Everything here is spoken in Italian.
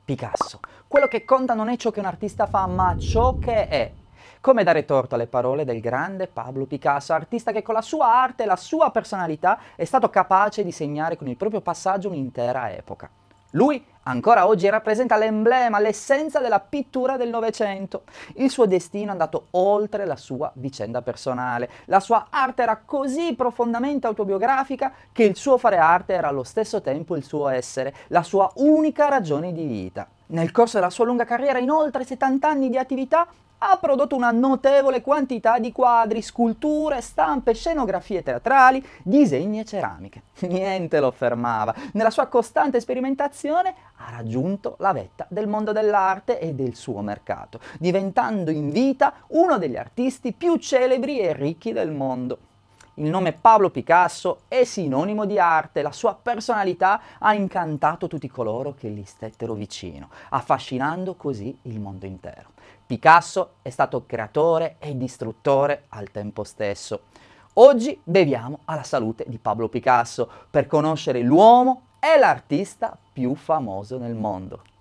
Picasso. Quello che conta non è ciò che un artista fa, ma ciò che è. Come dare torto alle parole del grande Pablo Picasso, artista che con la sua arte e la sua personalità è stato capace di segnare con il proprio passaggio un'intera epoca. Lui ancora oggi rappresenta l'emblema, l'essenza della pittura del Novecento. Il suo destino è andato oltre la sua vicenda personale. La sua arte era così profondamente autobiografica che il suo fare arte era allo stesso tempo il suo essere, la sua unica ragione di vita. Nel corso della sua lunga carriera, in oltre 70 anni di attività, ha prodotto una notevole quantità di quadri, sculture, stampe, scenografie teatrali, disegni e ceramiche. Niente lo fermava. Nella sua costante sperimentazione ha raggiunto la vetta del mondo dell'arte e del suo mercato, diventando in vita uno degli artisti più celebri e ricchi del mondo. Il nome Pablo Picasso è sinonimo di arte, la sua personalità ha incantato tutti coloro che gli stettero vicino, affascinando così il mondo intero. Picasso è stato creatore e distruttore al tempo stesso. Oggi beviamo alla salute di Pablo Picasso per conoscere l'uomo e l'artista più famoso nel mondo.